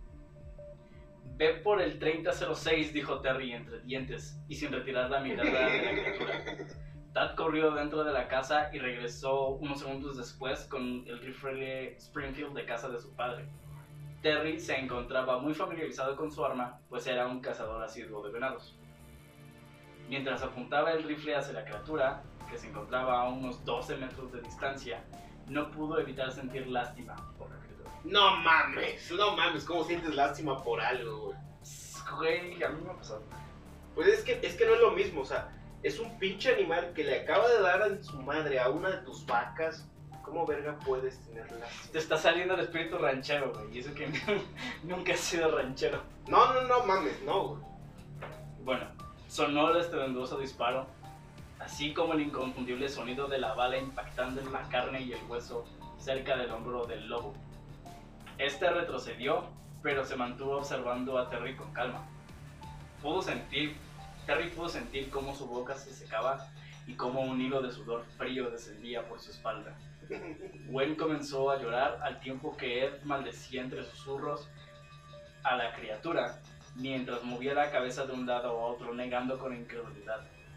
Ve por el treinta cero seis, dijo Terry entre dientes y sin retirar la mirada de la criatura. Tad corrió dentro de la casa y regresó unos segundos después con el rifle Springfield de casa de su padre. Terry se encontraba muy familiarizado con su arma, pues era un cazador asiduo de venados. Mientras apuntaba el rifle hacia la criatura, que se encontraba a unos doce metros de distancia, no pudo evitar sentir lástima por la criatura. No mames, no mames, ¿cómo sientes lástima por algo, güey? Güey, a mí me pasó. Pues es que, es que no es lo mismo, o sea, es un pinche animal que le acaba de dar a su madre a una de tus vacas. ¿Cómo verga puedes tener lástima? Te está saliendo el espíritu ranchero, güey, y eso que nunca he sido ranchero. No, no, no mames, no, güey. Bueno, sonó el estruendoso disparo, así como el inconfundible sonido de la bala impactando en la carne y el hueso cerca del hombro del lobo. Este retrocedió, pero se mantuvo observando a Terry con calma. Pudo sentir, Terry pudo sentir cómo su boca se secaba y cómo un hilo de sudor frío descendía por su espalda. Gwen comenzó a llorar al tiempo que Ed maldecía entre susurros a la criatura, mientras movía la cabeza de un lado a otro negando con incredulidad.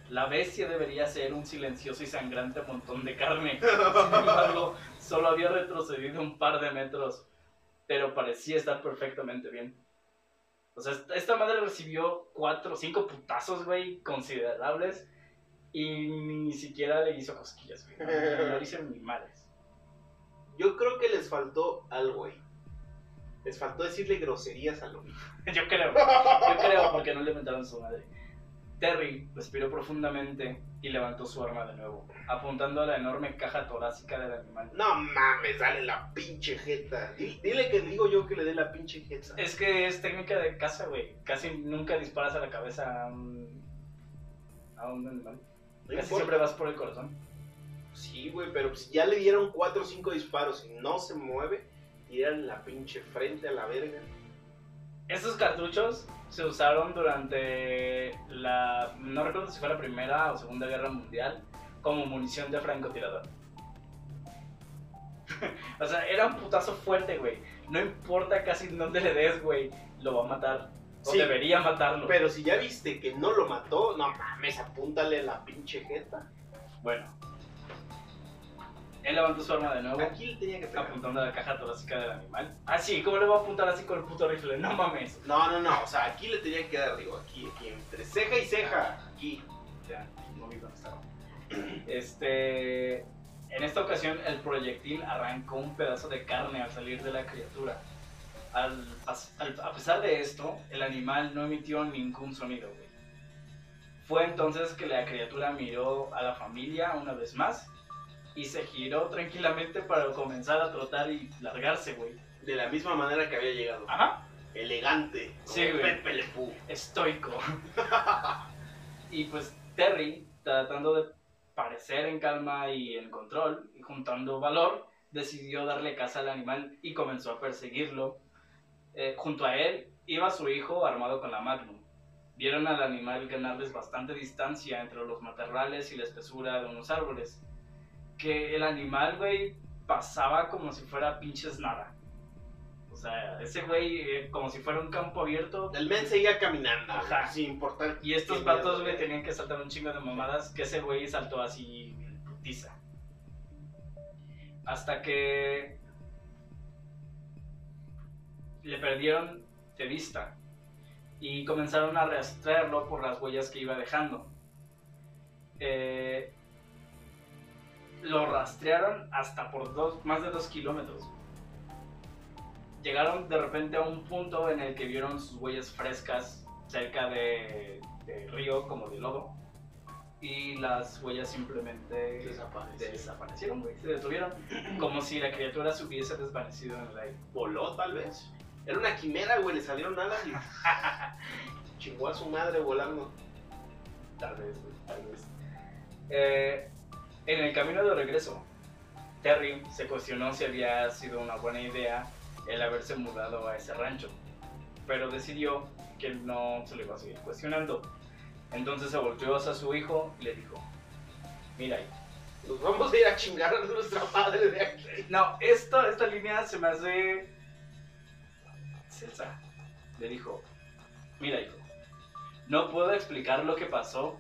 La bestia debería ser un silencioso y sangrante montón de carne. Sin embargo, solo había retrocedido un par de metros, pero parecía estar perfectamente bien. O sea, esta madre recibió cuatro o cinco putazos, güey, considerables, y ni siquiera le hizo cosquillas, güey. No, no le hizo ni males. Yo creo que les faltó algo, güey. Les faltó decirle groserías a Lomi. Yo creo, yo creo, porque no le mentaron su madre. Terry respiró profundamente y levantó su arma de nuevo, apuntando a la enorme caja torácica del animal. No mames, dale la pinche jeta. Dile que digo yo que le dé la pinche jeta. Es que es técnica de caza, güey. Casi nunca disparas a la cabeza a un, a un animal. No Casi importa. siempre vas por el corazón. Sí, güey, pero si ya le dieron cuatro o cinco disparos y no se mueve, tiran la pinche frente a la verga. Estos cartuchos se usaron durante la... no recuerdo si fue la Primera o Segunda Guerra Mundial, como munición de francotirador. O sea, era un putazo fuerte, güey. No importa casi dónde le des, güey, lo va a matar. O Sí, debería matarlo. Pero si ya viste que no lo mató, no mames, apúntale la pinche jeta. Bueno. Él levantó su arma de nuevo, Aquí le tenía que pegar. apuntando a la caja torácica del animal. Ah, sí, ¿cómo le va a apuntar así con el puto rifle? No mames. No, no, no, o sea, aquí le tenía que dar, digo, aquí, aquí, entre ceja y ceja, aquí. Ya, no vi dónde estaba. Este... En esta ocasión, el proyectil arrancó un pedazo de carne al salir de la criatura. Al, al, a pesar de esto, el animal no emitió ningún sonido, güey. Fue entonces que la criatura miró a la familia una vez más y se giró tranquilamente para comenzar a trotar y largarse, güey. De la misma manera que había llegado. Ajá. Elegante. Como Sí, güey. Pepe Le Pew. Estoico. Y pues Terry, tratando de parecer en calma y en control, y juntando valor, decidió darle caza al animal y comenzó a perseguirlo. Eh, junto a él iba su hijo armado con la Magnum. Vieron al animal ganarles bastante distancia entre los matorrales y la espesura de unos árboles. Que el animal, güey, pasaba como si fuera pinches nada. O sea, ese güey, eh, como si fuera un campo abierto. El men seguía caminando, Ajá. sin importar. Y estos qué vatos, mierda güey, era. tenían que saltar un chingo de mamadas, que ese güey saltó así en putiza. Hasta que le perdieron de vista y comenzaron a rastrearlo por las huellas que iba dejando. Eh, lo rastrearon hasta por dos, más de dos kilómetros. Llegaron de repente a un punto en el que vieron sus huellas frescas cerca de, de río, como de lodo, y las huellas simplemente Desapareció. desaparecieron, güey, se detuvieron, como si la criatura se hubiese desvanecido en el aire. Voló, tal vez. Era una quimera, güey, le salieron alas y chingó a su madre volando. Tal vez, güey, tal vez. Eh, en el camino de regreso, Terry se cuestionó si había sido una buena idea el haberse mudado a ese rancho, pero decidió que no se lo iba a seguir cuestionando. Entonces se volteó hacia su hijo y le dijo: mira, hijo. Nos vamos a ir a chingar a nuestra madre de aquí. No, esto, esta línea se me hace... César le dijo: mira, hijo, no puedo explicar lo que pasó,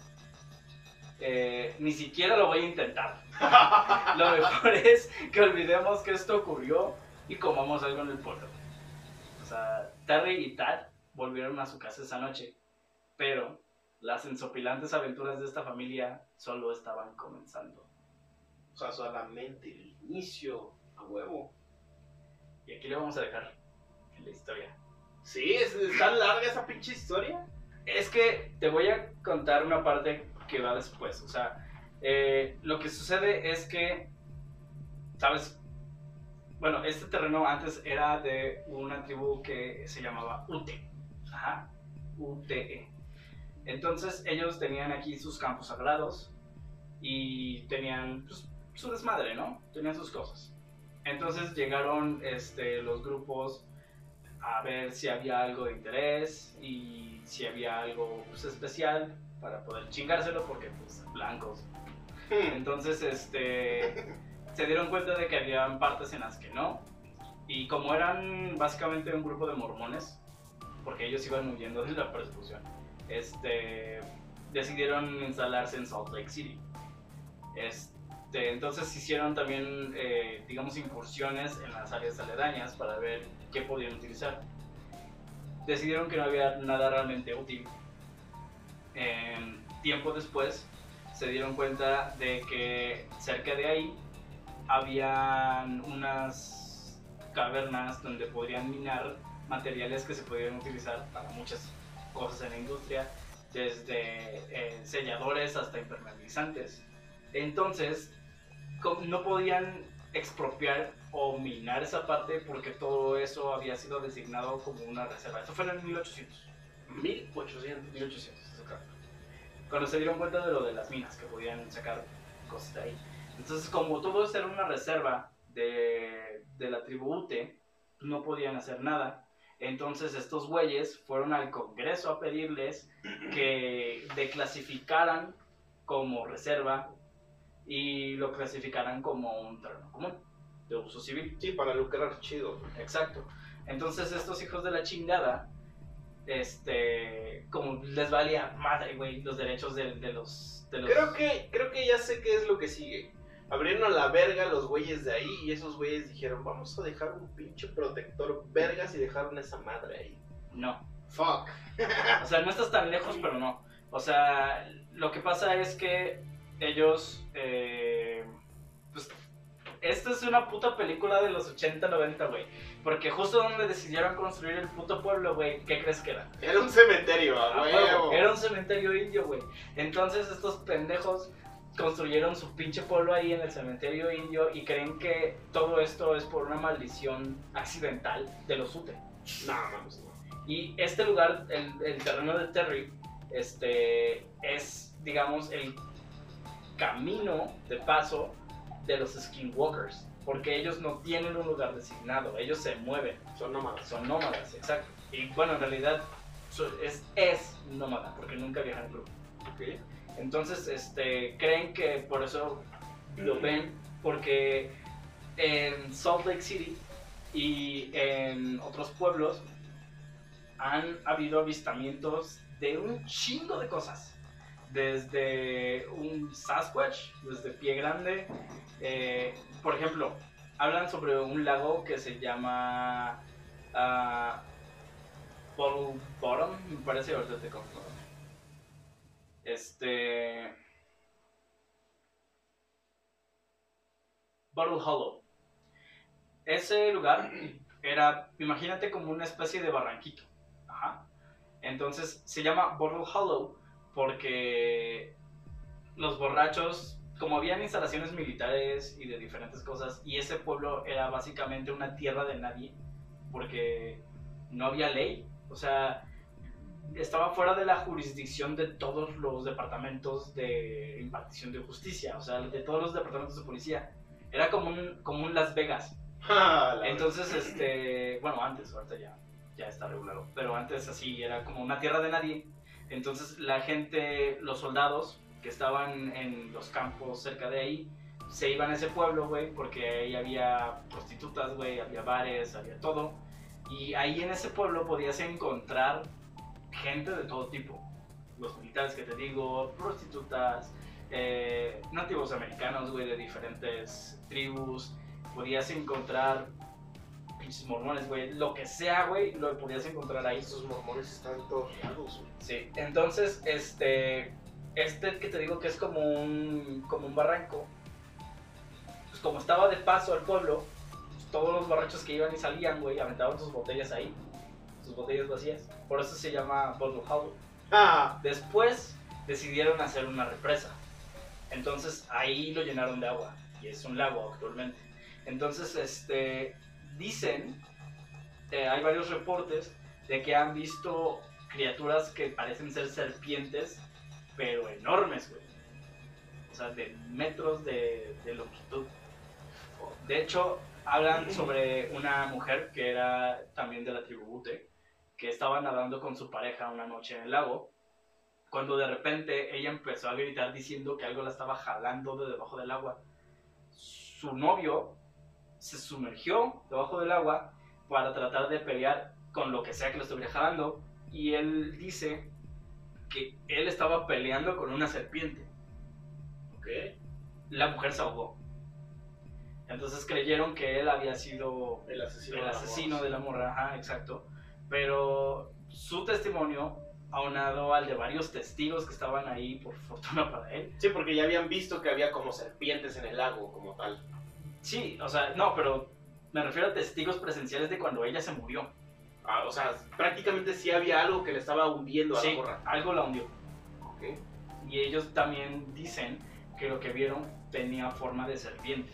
eh, ni siquiera lo voy a intentar. Lo mejor es que olvidemos que esto ocurrió y comamos algo en el pueblo. O sea, Terry y Tad volvieron a su casa esa noche, pero las ensopilantes aventuras de esta familia solo estaban comenzando. O sea, solamente el inicio a huevo. Y aquí le vamos a dejar en la historia. Sí, es, es tan larga esa pinche historia. Es que te voy a contar una parte que va después. O sea, eh, lo que sucede es que, ¿sabes? Bueno, este terreno antes era de una tribu que se llamaba Ute. Ajá, U T E. Entonces ellos tenían aquí sus campos sagrados y tenían pues, su desmadre, ¿no? Tenían sus cosas. Entonces llegaron este, los grupos a ver si había algo de interés y si había algo pues, especial para poder chingárselo, porque pues blancos. Entonces este, se dieron cuenta de que había partes en las que no, y como eran básicamente un grupo de mormones, porque ellos iban huyendo de la persecución, este, decidieron instalarse en Salt Lake City. Este, entonces hicieron también, eh, digamos, incursiones en las áreas aledañas para ver qué podían utilizar. Decidieron que no había nada realmente útil. Eh, tiempo después se dieron cuenta de que cerca de ahí habían unas cavernas donde podrían minar materiales que se podían utilizar para muchas cosas en la industria, desde eh, selladores hasta impermeabilizantes. Entonces no podían expropiar o minar esa parte porque todo eso había sido designado como una reserva. Eso fue en el mil ochocientos. mil ochocientos. mil ochocientos, eso claro. Cuando se dieron cuenta de lo de las minas, que podían sacar cosas de ahí. Entonces, como todo esto era una reserva de, de la tribu Ute, no podían hacer nada. Entonces estos güeyes fueron al Congreso a pedirles que declasificaran como reserva y lo clasificaran como un terreno común de uso civil. Sí, para lucrar chido. Exacto. Entonces estos hijos de la chingada, este, como les valía madre, güey, los derechos de, de, los, de los... Creo que, creo que ya sé qué es lo que sigue. Abrieron a la verga los güeyes de ahí y esos güeyes dijeron, vamos a dejar un pinche protector vergas y dejaron esa madre ahí. No. Fuck. O sea, no estás tan lejos, pero no. O sea, lo que pasa es que ellos, eh, pues, esta es una puta película de los ochenta, noventa, güey. Porque justo donde decidieron construir el puto pueblo, güey, ¿qué crees que era? Era un cementerio, a Ah, huevo. era un cementerio indio, güey. Entonces estos pendejos construyeron su pinche pueblo ahí en el cementerio indio y creen que todo esto es por una maldición accidental de los Ute. No, vamos, no. Y este lugar, el, el terreno de Terry, este, es, digamos, el camino de paso de los Skinwalkers. Porque ellos no tienen un lugar designado, ellos se mueven. Son nómadas. Son nómadas, exacto. Y bueno, en realidad es, es nómada, porque nunca viajan en grupo. Okay. Entonces, este, creen que por eso lo ven, porque en Salt Lake City y en otros pueblos han habido avistamientos de un chingo de cosas. Desde un Sasquatch, desde Pie Grande. Eh, por ejemplo, hablan sobre un lago que se llama uh, Bottle Bottom, me parece, ahorita te confirmo. Este... Bottle Hollow. Ese lugar era, imagínate, como una especie de barranquito. Ajá. Entonces se llama Bottle Hollow porque los borrachos, como habían instalaciones militares y de diferentes cosas, y ese pueblo era básicamente una tierra de nadie, porque no había ley, o sea, estaba fuera de la jurisdicción de todos los departamentos de impartición de justicia, o sea, de todos los departamentos de policía. Era como un, como un Las Vegas. Entonces, este, bueno, antes, ahorita ya, ya está regulado, pero antes así, era como una tierra de nadie. Entonces la gente, los soldados que estaban en los campos cerca de ahí, se iban a ese pueblo, güey, porque ahí había prostitutas, güey, había bares, había todo. Y ahí en ese pueblo podías encontrar gente de todo tipo. Los militares que te digo, prostitutas, eh, nativos americanos, güey, de diferentes tribus. Podías encontrar pinches mormones, güey, lo que sea, güey, lo podías encontrar ahí. Esos mormones están en todos lados, güey. Sí, entonces, este, este que te digo que es como un, como un barranco, pues como estaba de paso al pueblo, pues todos los borrachos que iban y salían, güey, aventaban sus botellas ahí, sus botellas vacías. Por eso se llama Bottle Hollow. Ah. Después decidieron hacer una represa. Entonces ahí lo llenaron de agua y es un lago actualmente. Entonces, este, dicen, eh, hay varios reportes de que han visto criaturas que parecen ser serpientes, pero enormes, güey. O sea, de metros de, de longitud. De hecho, hablan sobre una mujer que era también de la tribu Ute, que estaba nadando con su pareja una noche en el lago, cuando de repente ella empezó a gritar diciendo que algo la estaba jalando de debajo del agua. Su novio se sumergió debajo del agua para tratar de pelear con lo que sea que lo estuviera jalando, y él dice que él estaba peleando con una serpiente. Ok. La mujer se ahogó. Entonces creyeron que él había sido El asesino, el de la asesino morra. de la morra, ajá, exacto. Pero su testimonio, aunado al de varios testigos que estaban ahí, por fortuna para él. Sí, porque ya habían visto que había como serpientes en el lago, como tal. Sí, o sea, no, pero me refiero a testigos presenciales de cuando ella se murió. Ah, o sea, prácticamente sí había algo que le estaba hundiendo a Sí, la morra. algo la hundió. Ok. Y ellos también dicen que lo que vieron tenía forma de serpiente.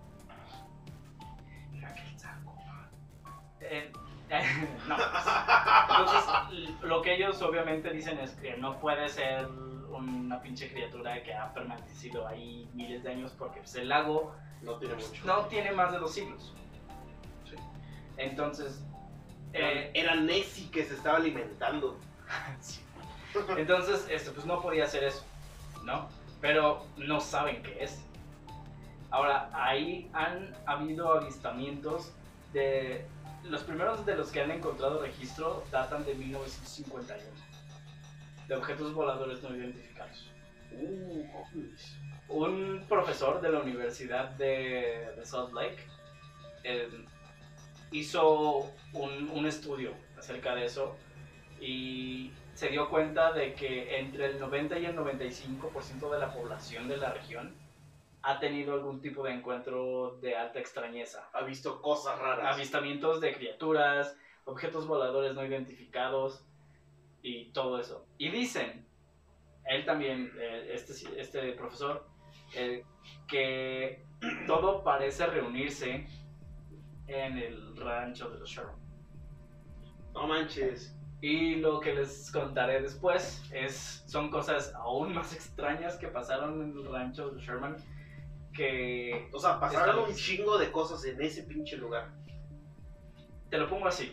Mira qué saco. Eh, eh, no. Entonces, lo que ellos obviamente dicen es que no puede ser una pinche criatura que ha permanecido ahí miles de años porque pues, el lago No tiene mucho. no tiene más de dos siglos. Sí. Entonces, Era, eh, era Nessie que se estaba alimentando. sí. Entonces, esto, pues no podía ser eso, ¿no? Pero no saben qué es. Ahora, ahí han habido avistamientos de... Los primeros de los que han encontrado registro datan de mil novecientos cincuenta y uno, de objetos voladores no identificados. Uh, ovnis. Un profesor de la Universidad de, de Salt Lake eh, hizo un, un estudio acerca de eso y se dio cuenta de que entre el noventa y el noventa y cinco por ciento de la población de la región ha tenido algún tipo de encuentro de alta extrañeza. Ha visto cosas raras. Avistamientos de criaturas, objetos voladores no identificados y todo eso. Y dicen, él también, eh, este, este profesor, eh, que todo parece reunirse en el rancho de los Sherman. No manches. Y lo que les contaré después es, son cosas aún más extrañas que pasaron en el rancho de Sherman. Que O sea, pasaron Está- un chingo de cosas en ese pinche lugar. te lo pongo así.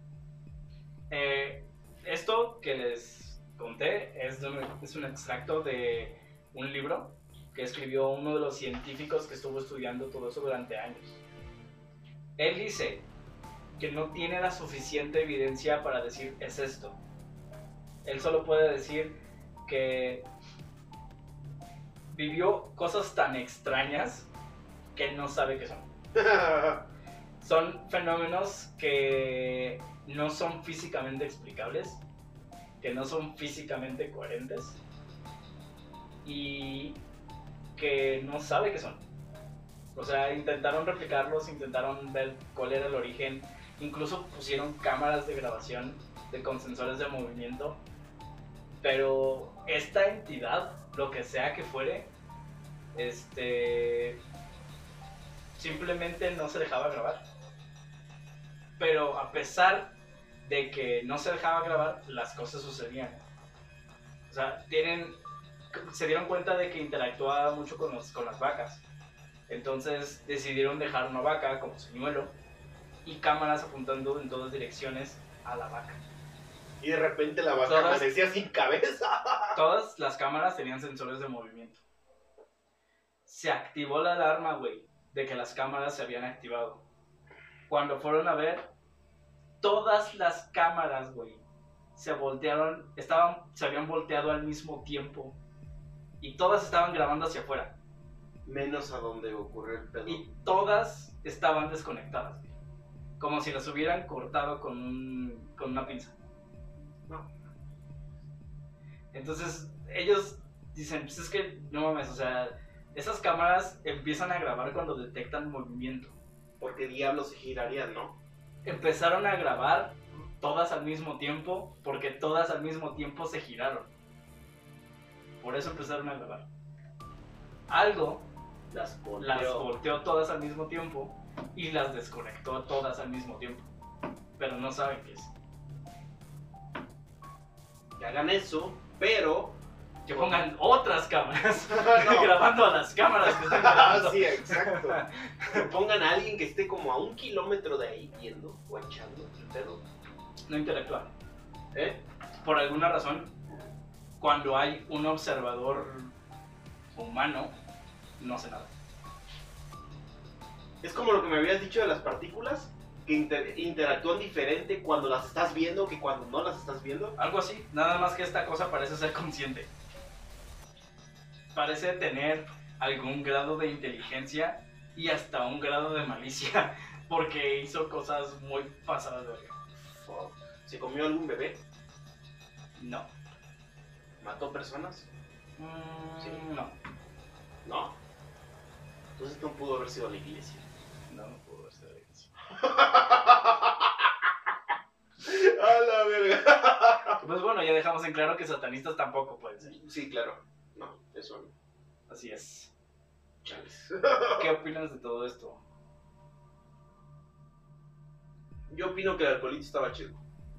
Eh, esto que les conté es, de un, es un extracto de un libro que escribió uno de los científicos que estuvo estudiando todo eso durante años. Él dice que no tiene la suficiente evidencia para decir es esto. Él solo puede decir que vivió cosas tan extrañas que no sabe qué son. Son fenómenos que no son físicamente explicables, que no son físicamente coherentes y que no sabe qué son. O sea, intentaron replicarlos, intentaron ver cuál era el origen, incluso pusieron cámaras de grabación de con sensores de movimiento, pero esta entidad, lo que sea que fuere, este, simplemente no se dejaba grabar. Pero a pesar de que no se dejaba grabar, las cosas sucedían. O sea, tienen, se dieron cuenta de que interactuaba mucho con, los, con las vacas. Entonces decidieron dejar una vaca como señuelo y cámaras apuntando en todas direcciones a la vaca. Y de repente la vaca Todas- amanecía sin cabeza. Todas las cámaras tenían sensores de movimiento. Se activó la alarma, güey, de que las cámaras se habían activado. Cuando fueron a ver, todas las cámaras, güey, se voltearon, estaban, se habían volteado al mismo tiempo. Y todas estaban grabando hacia afuera. Menos a donde ocurrió el pedo. Y todas estaban desconectadas, güey. Como si las hubieran cortado con, un, con una pinza. No. Entonces, ellos dicen, pues es que, no mames, o sea, esas cámaras empiezan a grabar cuando detectan movimiento. Porque diablos se girarían, ¿no? Empezaron a grabar todas al mismo tiempo, porque todas al mismo tiempo se giraron. Por eso empezaron a grabar. Algo Las volteó. las volteó todas al mismo tiempo y las desconectó todas al mismo tiempo. Pero no saben qué es. Que hagan eso, pero... Que pongan otras cámaras No. grabando a las cámaras que están grabando. Sí, exacto. Que pongan a alguien que esté como a un kilómetro de ahí viendo o echando el pedo. No interactúan. ¿Eh? Por alguna razón, cuando hay un observador humano, no hace nada. Es como lo que me habías dicho de las partículas. que inter- interactúan diferente cuando las estás viendo que cuando no las estás viendo. Algo así, nada más que esta cosa parece ser consciente. Parece tener algún grado de inteligencia y hasta un grado de malicia, porque hizo cosas muy pasadas de verga. Fuck. ¿Se comió algún bebé? No. ¿Mató personas? Mm, Sí. No. No. Entonces no pudo haber sido la iglesia. No, no pudo ser eso. A la verga. Pues bueno, ya dejamos en claro que satanistas tampoco pueden ser. Sí, claro. No, eso no. Así es. Chales. ¿Qué opinas de todo esto? Yo opino que el alcoholito estaba chido.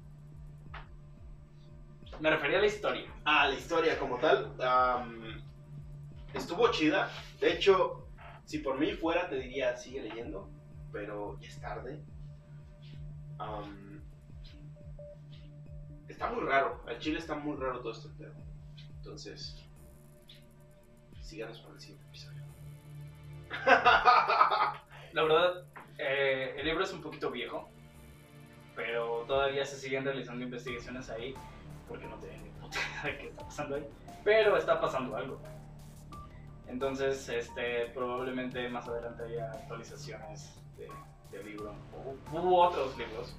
Me refería a la historia. Ah, la historia como tal. am, estuvo chida. De hecho, si por mí fuera, te diría sigue leyendo. Pero ya es tarde. Am, está muy raro. Al chile está muy raro todo este pedo. Entonces, síganos para el siguiente episodio. La verdad, eh, el libro es un poquito viejo, pero todavía se siguen realizando investigaciones ahí, porque no tienen ni puta idea de qué está pasando ahí. Pero está pasando algo. Entonces, este, probablemente más adelante haya actualizaciones de, del libro, u, u otros libros,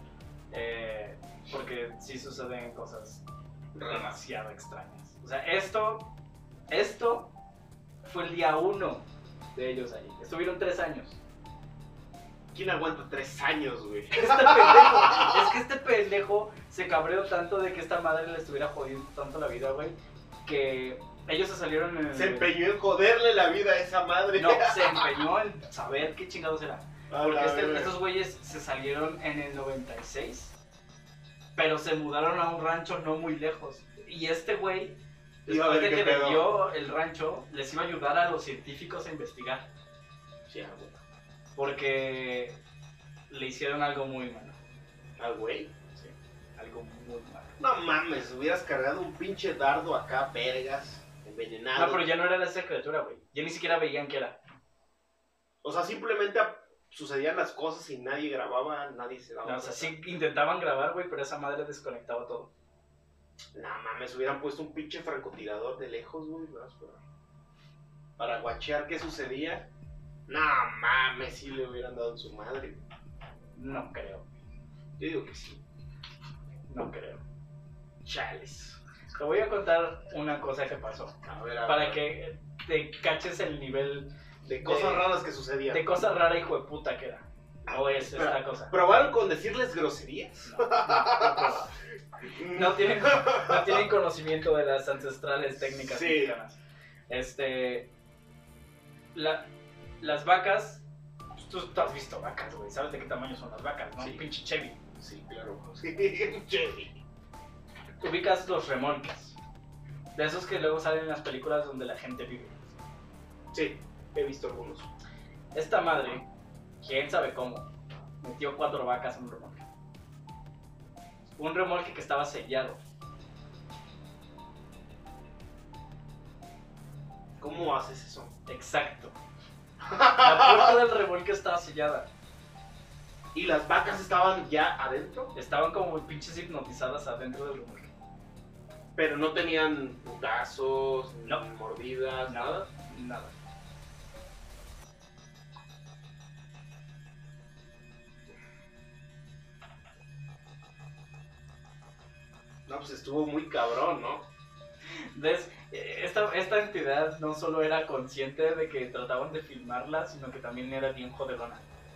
eh, porque sí suceden cosas demasiado extrañas. O sea, esto, esto fue el día uno de ellos ahí. Estuvieron tres años. ¿Quién aguanta tres años, güey? Este pendejo, es que este pendejo se cabreó tanto de que esta madre le estuviera jodiendo tanto la vida, güey, que ellos se salieron en el... Se empeñó en joderle la vida a esa madre. No, se empeñó en saber qué chingados era. A Porque la este- verga. estos güeyes se salieron en el noventa y seis, pero se mudaron a un rancho no muy lejos. Y este güey, Iba a después ver de qué que pedo. vendió el rancho, les iba a ayudar a los científicos a investigar. Sí, ah, güey. Porque le hicieron algo muy malo. Ah, güey. Sí, algo muy malo. No mames, hubieras cargado un pinche dardo acá, vergas, envenenado. No, pero ya no era esa criatura, güey. Ya ni siquiera veían qué era. O sea, simplemente a- sucedían las cosas y nadie grababa, nadie se daba No, o sea, cuenta. sí intentaban grabar, güey, pero esa madre desconectaba todo. No mames, hubieran puesto un pinche francotirador de lejos, güey, ¿verdad? para, para guachear qué sucedía. No mames, sí le hubieran dado en su madre. No creo, Yo digo que sí. no creo. Chales. Te voy a contar una cosa que pasó. A ver, a Para ver. que te caches el nivel De cosas de- raras que sucedían. de cosa rara, hijo de puta, que era. O es Espera, esta cosa. ¿Probaron con decirles groserías? No, no, no probaba. No tienen, no tienen conocimiento de las ancestrales técnicas Sí. mexicanas. Este. La, las vacas. Tú, tú has visto vacas, güey. ¿Sabes de qué tamaño son las vacas, no? Sí. Un pinche Chevy. Sí, claro. Sí, Chevy. Ubicas los remolques. De esos que luego salen en las películas donde la gente vive. Sí, he visto algunos. Esta madre, quién sabe cómo, metió cuatro vacas en un remolque. Un remolque que estaba sellado. ¿Cómo haces eso? Exacto. La puerta del remolque estaba sellada. ¿Y las vacas estaban ya adentro? Estaban como pinches hipnotizadas adentro del remolque. Pero no tenían putazos, No. ni mordidas, nada. Nada. No, pues estuvo muy cabrón, ¿no? ¿Ves? Esta, esta entidad no solo era consciente de que trataban de filmarla, sino que también era bien joderona.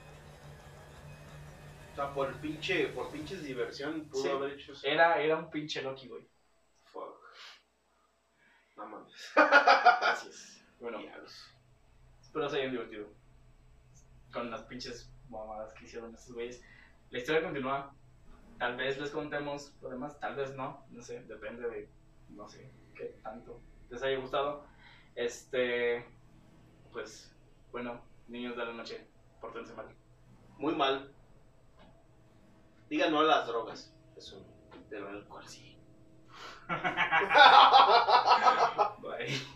O sea, por pinche, por pinches diversión pudo Sí. haber hecho eso. Era, era un pinche Loki, güey. Fuck. No mames. Así es. Bueno, Diablos. espero se hayan divertido con las pinches mamadas que hicieron estos güeyes. La historia continúa. Tal vez les contemos lo demás, tal vez no. No sé, depende de, no sé, qué tanto les haya gustado. Este, pues, bueno, niños de la noche, pórtense mal. Muy mal. Digan no a las drogas. Eso, pero el alcohol sí. Bye.